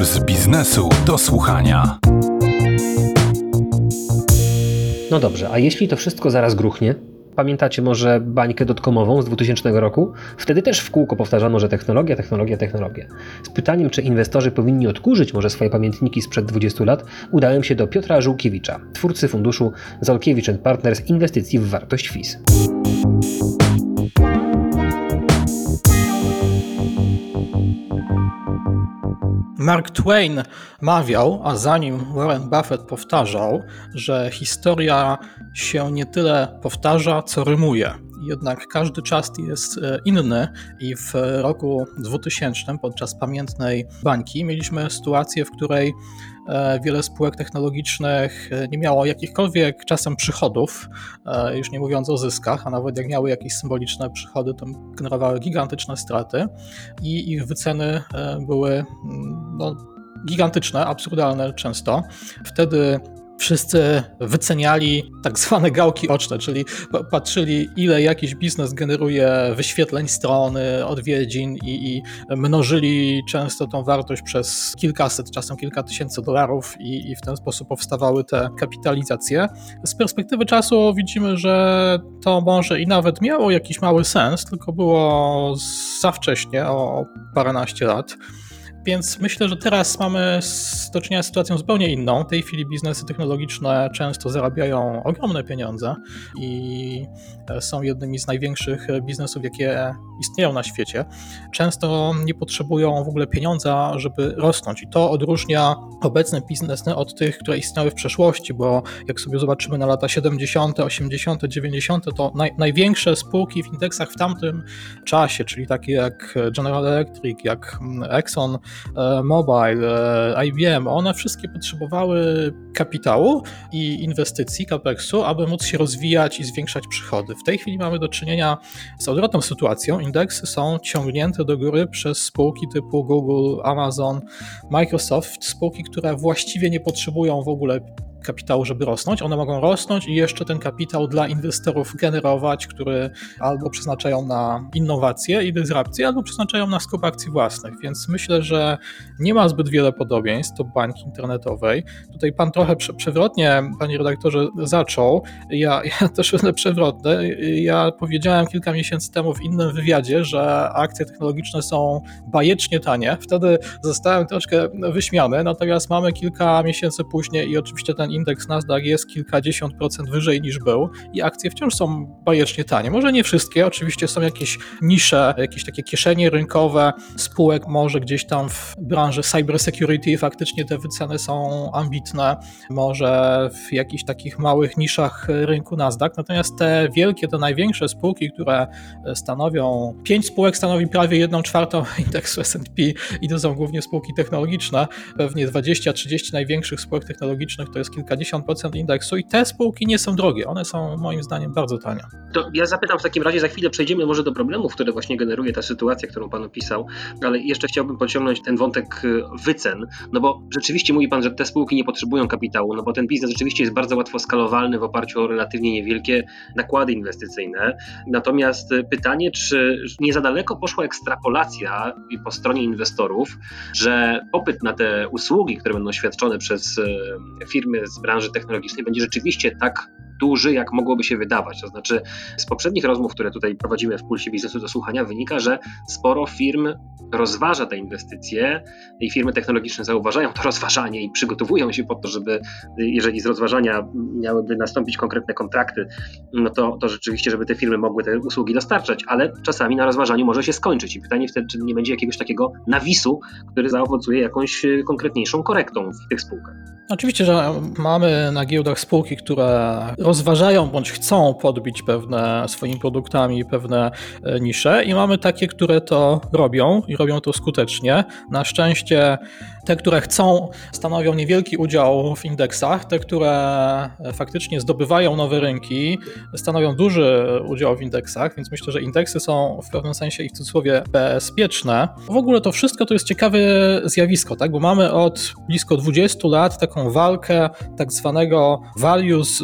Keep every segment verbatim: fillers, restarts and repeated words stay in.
Z biznesu do słuchania. No dobrze, a jeśli to wszystko zaraz gruchnie? Pamiętacie może bańkę dotcomową z dwutysięcznego roku? Wtedy też w kółko powtarzano, że technologia, technologia, technologia. Z pytaniem, czy inwestorzy powinni odkurzyć może swoje pamiętniki sprzed dwudziestu lat, udałem się do Piotra Żółkiewicza, twórcy funduszu Żółkiewicz and Partners Inwestycji w Wartość F I Z. Mark Twain mawiał, a za nim Warren Buffett powtarzał, że historia się nie tyle powtarza, co rymuje. Jednak każdy czas jest inny i w roku dwutysięcznym podczas pamiętnej bańki mieliśmy sytuację, w której wiele spółek technologicznych nie miało jakichkolwiek czasem przychodów, już nie mówiąc o zyskach, a nawet jak miały jakieś symboliczne przychody, to generowały gigantyczne straty i ich wyceny były no, gigantyczne, absurdalne często. Wtedy wszyscy wyceniali tak zwane gałki oczne, czyli patrzyli, ile jakiś biznes generuje wyświetleń strony, odwiedzin i, i mnożyli często tą wartość przez kilkaset, czasem kilka tysięcy dolarów i, i w ten sposób powstawały te kapitalizacje. Z perspektywy czasu widzimy, że to może i nawet miało jakiś mały sens, tylko było za wcześnie, o paręnaście lat. Więc myślę, że teraz mamy do czynienia z sytuacją zupełnie inną. W tej chwili biznesy technologiczne często zarabiają ogromne pieniądze i są jednymi z największych biznesów, jakie istnieją na świecie. Często nie potrzebują w ogóle pieniądza, żeby rosnąć i to odróżnia obecne biznesy od tych, które istniały w przeszłości, bo jak sobie zobaczymy na lata siedemdziesiąte, osiemdziesiąte, dziewięćdziesiąte, to naj, największe spółki w indeksach w tamtym czasie, czyli takie jak General Electric, jak Exxon Mobile, I B M, one wszystkie potrzebowały kapitału i inwestycji, capexu, aby móc się rozwijać i zwiększać przychody. W tej chwili mamy do czynienia z odwrotną sytuacją. Indeksy są ciągnięte do góry przez spółki typu Google, Amazon, Microsoft, spółki, które właściwie nie potrzebują w ogóle kapitału, żeby rosnąć. One mogą rosnąć i jeszcze ten kapitał dla inwestorów generować, który albo przeznaczają na innowacje i dysrupcje, albo przeznaczają na skup akcji własnych. Więc myślę, że nie ma zbyt wiele podobieństw do bańki internetowej. Tutaj pan trochę prze- przewrotnie, panie redaktorze, zaczął. Ja, ja też będę przewrotny. Ja powiedziałem kilka miesięcy temu w innym wywiadzie, że akcje technologiczne są bajecznie tanie. Wtedy zostałem troszkę wyśmiany, natomiast mamy kilka miesięcy później i oczywiście ten indeks Nasdaq jest kilkadziesiąt procent wyżej niż był i akcje wciąż są bajecznie tanie. Może nie wszystkie, oczywiście są jakieś nisze, jakieś takie kieszenie rynkowe spółek, może gdzieś tam w branży cybersecurity faktycznie te wyceny są ambitne, może w jakichś takich małych niszach rynku Nasdaq, natomiast te wielkie, te największe spółki, które stanowią, pięć spółek stanowi prawie jedną czwartą indeksu S and P i to są głównie spółki technologiczne, pewnie dwadzieścia trzydzieści największych spółek technologicznych to jest kilkadziesiąt procent indeksu i te spółki nie są drogie, one są moim zdaniem bardzo tanie. To ja zapytam w takim razie, za chwilę przejdziemy może do problemów, które właśnie generuje ta sytuacja, którą pan opisał, ale jeszcze chciałbym pociągnąć ten wątek wycen, no bo rzeczywiście mówi pan, że te spółki nie potrzebują kapitału, no bo ten biznes rzeczywiście jest bardzo łatwo skalowalny w oparciu o relatywnie niewielkie nakłady inwestycyjne. Natomiast pytanie, czy nie za daleko poszła ekstrapolacja po stronie inwestorów, że popyt na te usługi, które będą świadczone przez firmy z branży technologicznej będzie rzeczywiście tak duży, jak mogłoby się wydawać. To znaczy z poprzednich rozmów, które tutaj prowadzimy w Pulsie Biznesu do Słuchania, wynika, że sporo firm rozważa te inwestycje i firmy technologiczne zauważają to rozważanie i przygotowują się po to, żeby jeżeli z rozważania miałyby nastąpić konkretne kontrakty, no to, to rzeczywiście, żeby te firmy mogły te usługi dostarczać, ale czasami na rozważaniu może się skończyć i pytanie wtedy, czy nie będzie jakiegoś takiego nawisu, który zaowocuje jakąś konkretniejszą korektą w tych spółkach. Oczywiście, że mamy na giełdach spółki, które rozważają bądź chcą podbić pewne swoimi produktami pewne nisze i mamy takie, które to robią i robią to skutecznie. Na szczęście te, które chcą, stanowią niewielki udział w indeksach, te, które faktycznie zdobywają nowe rynki, stanowią duży udział w indeksach, więc myślę, że indeksy są w pewnym sensie ich w cudzysłowie bezpieczne. W ogóle to wszystko to jest ciekawe zjawisko, tak? Bo mamy od blisko dwudziestu lat taką walkę tak zwanego value z growth,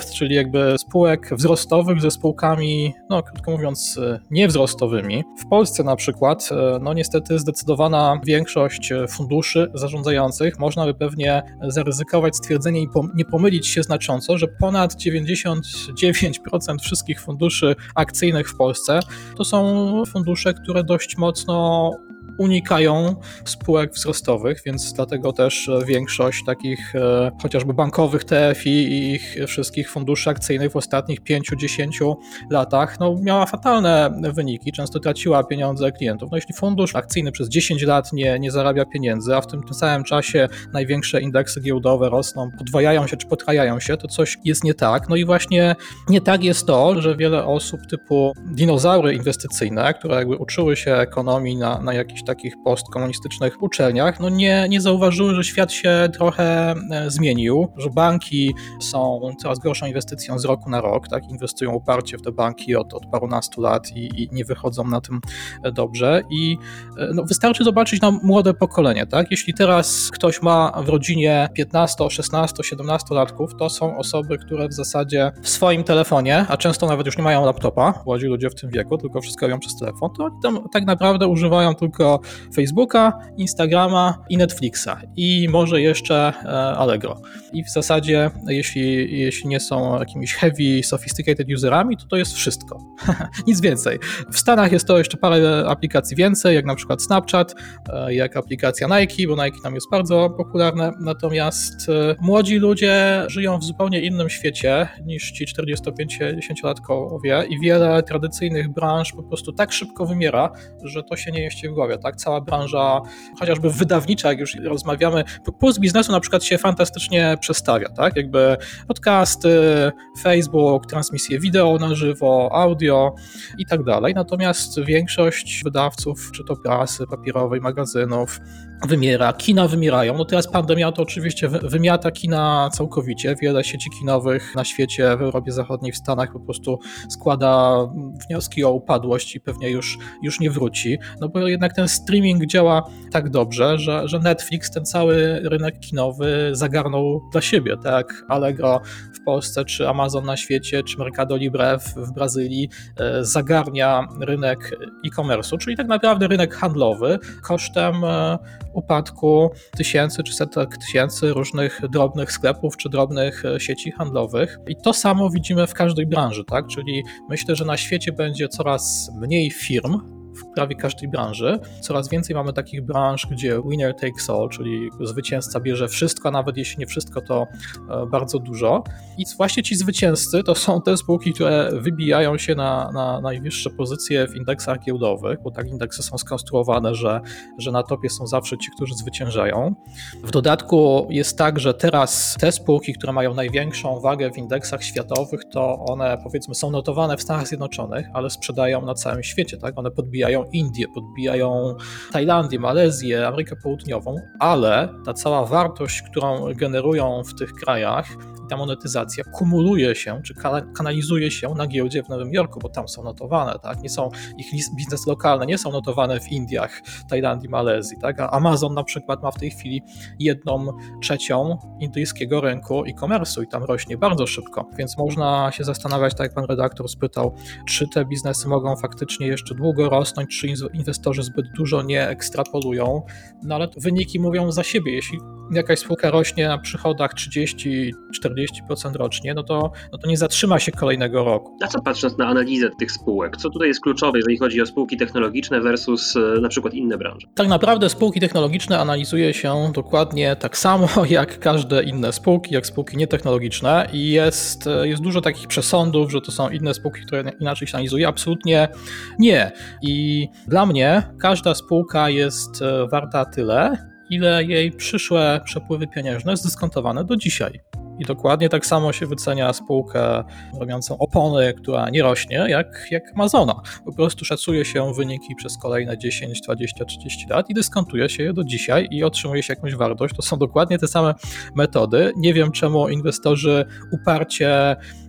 jest, czyli jakby spółek wzrostowych ze spółkami, no krótko mówiąc, niewzrostowymi. W Polsce na przykład, no niestety zdecydowana większość funduszy zarządzających, można by pewnie zaryzykować stwierdzenie i nie pomylić się znacząco, że ponad dziewięćdziesiąt dziewięć procent wszystkich funduszy akcyjnych w Polsce to są fundusze, które dość mocno unikają spółek wzrostowych, więc dlatego też większość takich e, chociażby bankowych T F I i ich wszystkich funduszy akcyjnych w ostatnich pięciu do dziesięciu latach no, miała fatalne wyniki, często traciła pieniądze klientów. No, jeśli fundusz akcyjny przez dziesięć lat nie, nie zarabia pieniędzy, a w tym, tym samym czasie największe indeksy giełdowe rosną, podwajają się czy potrajają się, to coś jest nie tak. No i właśnie nie tak jest to, że wiele osób typu dinozaury inwestycyjne, które jakby uczyły się ekonomii na, na jakichś takich postkomunistycznych uczelniach, no nie, nie zauważyły, że świat się trochę zmienił, że banki są coraz gorszą inwestycją z roku na rok, tak, inwestują uparcie w te banki od, od parunastu lat i, i nie wychodzą na tym dobrze i no, wystarczy zobaczyć na młode pokolenie, tak, jeśli teraz ktoś ma w rodzinie piętnasto, szesnasto, siedemnastolatków, to są osoby, które w zasadzie w swoim telefonie, a często nawet już nie mają laptopa, młodzi ludzie w tym wieku, tylko wszystko robią przez telefon, to oni tam tak naprawdę używają tylko Facebooka, Instagrama i Netflixa i może jeszcze Allegro. I w zasadzie, jeśli, jeśli nie są jakimiś heavy, sophisticated userami, to to jest wszystko. Nic więcej. W Stanach jest to jeszcze parę aplikacji więcej, jak na przykład Snapchat, jak aplikacja Nike, bo Nike tam jest bardzo popularne, natomiast młodzi ludzie żyją w zupełnie innym świecie niż ci czterdziesto-pięćdziesięciolatkowie i wiele tradycyjnych branż po prostu tak szybko wymiera, że to się nie mieści w głowie, tak? Cała branża, chociażby wydawnicza, jak już rozmawiamy, puls biznesu na przykład się fantastycznie przestawia, tak? Jakby podcasty, Facebook, transmisje wideo na żywo, audio i tak dalej. Natomiast większość wydawców, czy to prasy papierowej, magazynów, wymiera, kina wymierają. No teraz pandemia to oczywiście wymiata kina całkowicie. Wiele sieci kinowych na świecie, w Europie Zachodniej, w Stanach po prostu składa wnioski o upadłość i pewnie już, już nie wróci. No bo jednak ten streaming działa tak dobrze, że, że Netflix ten cały rynek kinowy zagarnął dla siebie, tak? Allegro w Polsce, czy Amazon na świecie, czy Mercado Libre w, w Brazylii e, zagarnia rynek e-commerce'u, czyli tak naprawdę rynek handlowy kosztem e, upadku tysięcy czy setek tysięcy różnych drobnych sklepów czy drobnych sieci handlowych. I to samo widzimy w każdej branży, tak? Czyli myślę, że na świecie będzie coraz mniej firm w prawie każdej branży. Coraz więcej mamy takich branż, gdzie winner takes all, czyli zwycięzca bierze wszystko, a nawet jeśli nie wszystko, to bardzo dużo. I właśnie ci zwycięzcy to są te spółki, które wybijają się na, na najwyższe pozycje w indeksach giełdowych, bo tak indeksy są skonstruowane, że, że na topie są zawsze ci, którzy zwyciężają. W dodatku jest tak, że teraz te spółki, które mają największą wagę w indeksach światowych, to one powiedzmy są notowane w Stanach Zjednoczonych, ale sprzedają na całym świecie, tak? One podbijają Indię, podbijają Tajlandię, Malezję, Amerykę Południową, ale ta cała wartość, którą generują w tych krajach, ta monetyzacja kumuluje się, czy kanalizuje się na giełdzie w Nowym Jorku, bo tam są notowane, tak? Nie są, ich biznesy lokalne nie są notowane w Indiach, Tajlandii, Malezji, tak? A Amazon na przykład ma w tej chwili jedną trzecią indyjskiego rynku e-commerce'u i tam rośnie bardzo szybko, więc można się zastanawiać, tak jak pan redaktor spytał, czy te biznesy mogą faktycznie jeszcze długo rosnąć, czy inwestorzy zbyt dużo nie ekstrapolują, no ale wyniki mówią za siebie. Jeśli jakaś spółka rośnie na przychodach trzydzieści do czterdziestu procent rocznie, no to, no to nie zatrzyma się kolejnego roku. A co patrząc na analizę tych spółek, co tutaj jest kluczowe, jeżeli chodzi o spółki technologiczne versus na przykład inne branże? Tak naprawdę spółki technologiczne analizuje się dokładnie tak samo jak każde inne spółki, jak spółki nietechnologiczne i jest, jest dużo takich przesądów, że to są inne spółki, które inaczej się analizuje. Absolutnie nie. I dla mnie każda spółka jest warta tyle, ile jej przyszłe przepływy pieniężne zdyskontowane do dzisiaj. I dokładnie tak samo się wycenia spółkę robiącą opony, która nie rośnie, jak, jak Amazona. Po prostu szacuje się wyniki przez kolejne dziesięć, dwadzieścia, trzydzieści lat i dyskontuje się je do dzisiaj i otrzymuje się jakąś wartość. To są dokładnie te same metody. Nie wiem, czemu inwestorzy uparcie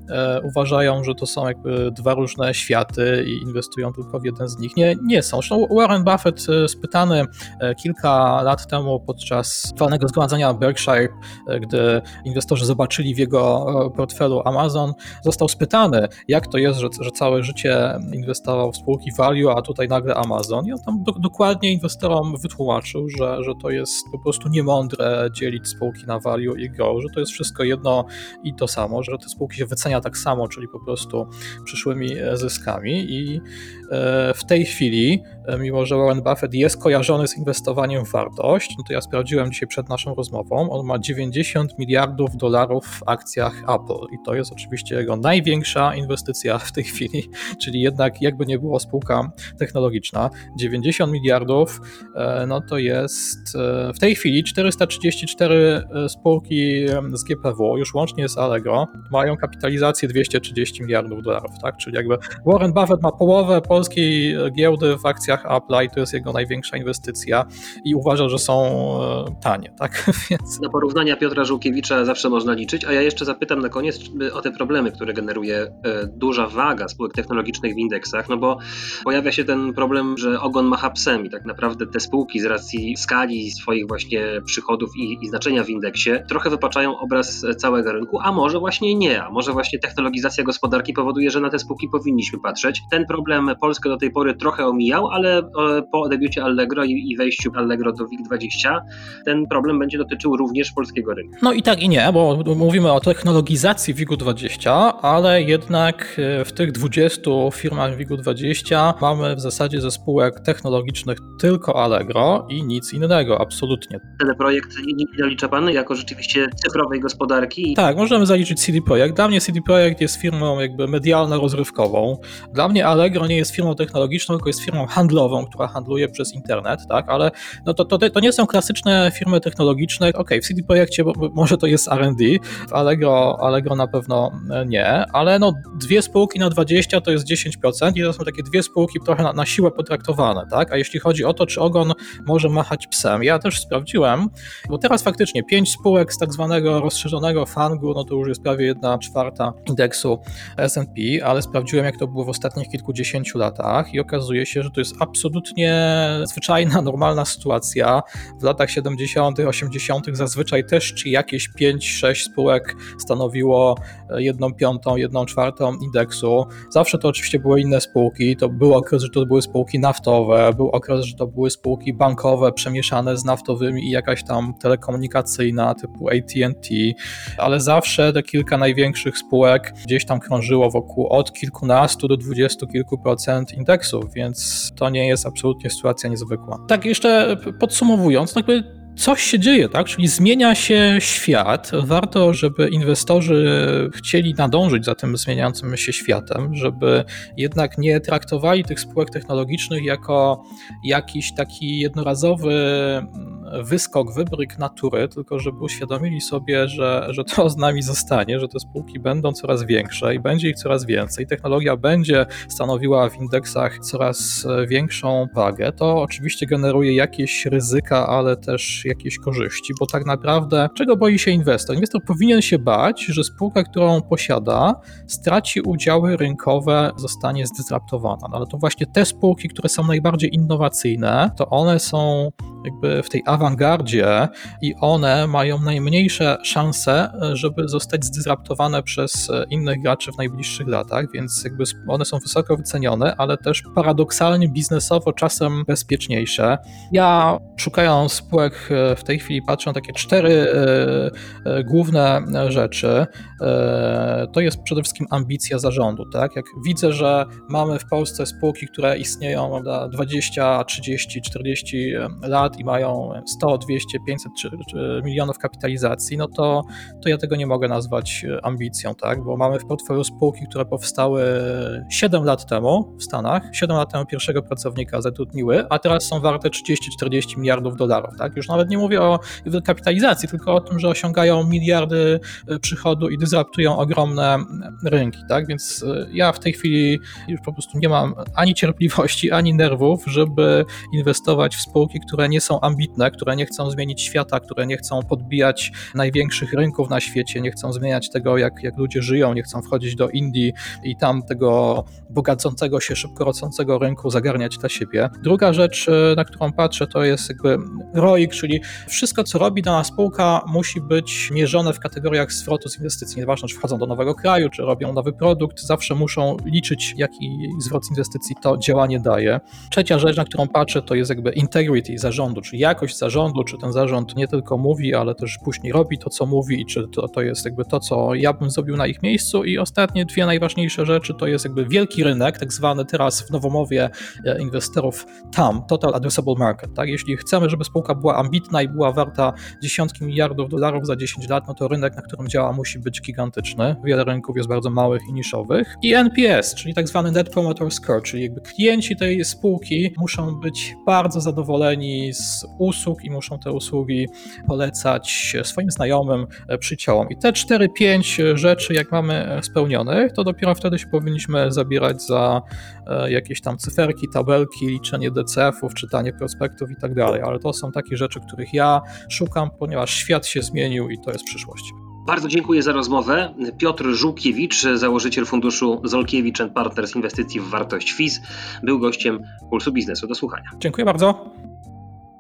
e, uważają, że to są jakby dwa różne światy i inwestują tylko w jeden z nich. Nie, nie są. Zresztą Warren Buffett spytany kilka lat temu podczas walnego zgromadzenia Berkshire, gdy inwestorzy zobaczyli w jego portfelu Amazon, został spytany, jak to jest, że, że całe życie inwestował w spółki value, a tutaj nagle Amazon. I on tam do, dokładnie inwestorom wytłumaczył, że, że to jest po prostu niemądre dzielić spółki na value i grow, że to jest wszystko jedno i to samo, że te spółki się wycenia tak samo, czyli po prostu przyszłymi zyskami i w tej chwili, mimo że Warren Buffett jest kojarzony z inwestowaniem w wartość, no to ja sprawdziłem dzisiaj przed naszą rozmową, on ma dziewięćdziesiąt miliardów dolarów w akcjach Apple i to jest oczywiście jego największa inwestycja w tej chwili, czyli jednak jakby nie było spółka technologiczna, dziewięćdziesiąt miliardów, no to jest w tej chwili czterysta trzydzieści cztery spółki z G P W, już łącznie z Allegro, mają kapitalizację dwieście trzydzieści miliardów dolarów, tak? Czyli jakby Warren Buffett ma połowę polskiej giełdy w akcjach Apple'a i to jest jego największa inwestycja i uważa, że są tanie, tak? Więc... Na porównania Piotra Żółkiewicza zawsze można liczyć, a ja jeszcze zapytam na koniec o te problemy, które generuje duża waga spółek technologicznych w indeksach, no bo pojawia się ten problem, że ogon macha psem i tak naprawdę te spółki z racji skali swoich właśnie przychodów i, i znaczenia w indeksie trochę wypaczają obraz całego rynku, a może właśnie nie, a może właśnie technologizacja gospodarki powoduje, że na te spółki powinniśmy patrzeć. Ten problem Polskę do tej pory trochę omijał, ale po debiucie Allegro i wejściu Allegro do W I G dwadzieścia ten problem będzie dotyczył również polskiego rynku. No i tak i nie, bo mówimy o technologizacji W I G dwadzieścia, ale jednak w tych dwudziestu firmach W I G dwadzieścia mamy w zasadzie ze spółek technologicznych tylko Allegro i nic innego, absolutnie. Ten projekt nie zalicza pan jako rzeczywiście cyfrowej gospodarki? Tak, możemy zaliczyć C D Projekt. Dla mnie C D Projekt jest firmą jakby medialno-rozrywkową. Dla mnie Allegro nie jest firmą technologiczną, tylko jest firmą handlową, która handluje przez internet, tak, ale no to, to, to nie są klasyczne firmy technologiczne. Okej, okay, w C D Projekcie może to jest R and D, w Allegro, Allegro na pewno nie, ale no dwie spółki na dwadzieścia to jest dziesięć procent i to są takie dwie spółki trochę na, na siłę potraktowane, tak, a jeśli chodzi o to, czy ogon może machać psem, ja też sprawdziłem, bo teraz faktycznie pięć spółek z tak zwanego rozszerzonego fangu, no to już jest prawie jedna czwarta indeksu S and P, ale sprawdziłem, jak to było w ostatnich kilkudziesięciu latach i okazuje się, że to jest absolutnie zwyczajna, normalna sytuacja. W latach siedemdziesiątych, osiemdziesiątych zazwyczaj też czy jakieś pięć sześć spółek stanowiło jedną piątą, jedną czwartą indeksu. Zawsze to oczywiście były inne spółki, to był okres, że to były spółki naftowe, był okres, że to były spółki bankowe przemieszane z naftowymi i jakaś tam telekomunikacyjna typu A T and T, ale zawsze te kilka największych spółek gdzieś tam krążyło wokół od kilkunastu do dwudziestu kilku procent indeksów, więc to nie jest absolutnie sytuacja niezwykła. Tak jeszcze podsumowując, no jakby coś się dzieje, tak? Czyli zmienia się świat. Warto, żeby inwestorzy chcieli nadążyć za tym zmieniającym się światem, żeby jednak nie traktowali tych spółek technologicznych jako jakiś taki jednorazowy wyskok, wybryk natury, tylko żeby uświadomili sobie, że, że to z nami zostanie, że te spółki będą coraz większe i będzie ich coraz więcej. Technologia będzie stanowiła w indeksach coraz większą wagę. To oczywiście generuje jakieś ryzyka, ale też jakieś korzyści, bo tak naprawdę czego boi się inwestor? Inwestor powinien się bać, że spółka, którą posiada, straci udziały rynkowe, zostanie zdysruptowana. No ale to właśnie te spółki, które są najbardziej innowacyjne, to one są jakby w tej awangardzie i one mają najmniejsze szanse, żeby zostać zdysruptowane przez innych graczy w najbliższych latach, więc jakby one są wysoko wycenione, ale też paradoksalnie biznesowo czasem bezpieczniejsze. Ja szukając spółek w tej chwili patrzę na takie cztery e, e, główne rzeczy. E, to jest przede wszystkim ambicja zarządu, tak? Jak widzę, że mamy w Polsce spółki, które istnieją na dwadzieścia, trzydzieści, czterdzieści lat i mają sto, dwieście, pięćset milionów kapitalizacji, no to, to ja tego nie mogę nazwać ambicją, tak? Bo mamy w portfelu spółki, które powstały siedem lat temu w Stanach, siedem lat temu pierwszego pracownika zatrudniły, a teraz są warte trzydzieści czterdzieści miliardów dolarów, tak? Już nawet nie mówię o kapitalizacji, tylko o tym, że osiągają miliardy przychodu i dysruptują ogromne rynki, tak? Więc ja w tej chwili już po prostu nie mam ani cierpliwości, ani nerwów, żeby inwestować w spółki, które nie nie są ambitne, które nie chcą zmienić świata, które nie chcą podbijać największych rynków na świecie, nie chcą zmieniać tego, jak, jak ludzie żyją, nie chcą wchodzić do Indii i tam tego bogacącego się, szybko rosnącego rynku zagarniać dla siebie. Druga rzecz, na którą patrzę, to jest jakby R O I K, czyli wszystko, co robi dana spółka, musi być mierzone w kategoriach zwrotu z inwestycji. Nieważne, czy wchodzą do nowego kraju, czy robią nowy produkt, zawsze muszą liczyć, jaki zwrot z inwestycji to działanie daje. Trzecia rzecz, na którą patrzę, to jest jakby integrity zarządu, czyli jakość zarządu, czy ten zarząd nie tylko mówi, ale też później robi to, co mówi i czy to, to jest jakby to, co ja bym zrobił na ich miejscu. I ostatnie dwie najważniejsze rzeczy to jest jakby wielki rynek, tak zwany teraz w nowomowie inwestorów T A M, Total Addressable Market. Tak? Jeśli chcemy, żeby spółka była ambitna i była warta dziesiątki miliardów dolarów za dziesięć lat, no to rynek, na którym działa, musi być gigantyczny. Wiele rynków jest bardzo małych i niszowych. I N P S, czyli tak zwany Net Promoter Score, czyli jakby klienci tej spółki muszą być bardzo zadowoleni z usług i muszą te usługi polecać swoim znajomym, przyjaciołom. I te cztery pięć rzeczy, jak mamy spełnionych, to dopiero wtedy się powinniśmy zabierać za jakieś tam cyferki, tabelki, liczenie D C F ów, czytanie prospektów i tak dalej. Ale to są takie rzeczy, których ja szukam, ponieważ świat się zmienił i to jest przyszłość. Bardzo dziękuję za rozmowę. Piotr Żółkiewicz, założyciel funduszu Żółkiewicz and Partners Inwestycji w Wartość F I Z, był gościem Pulsu Biznesu. Do słuchania. Dziękuję bardzo.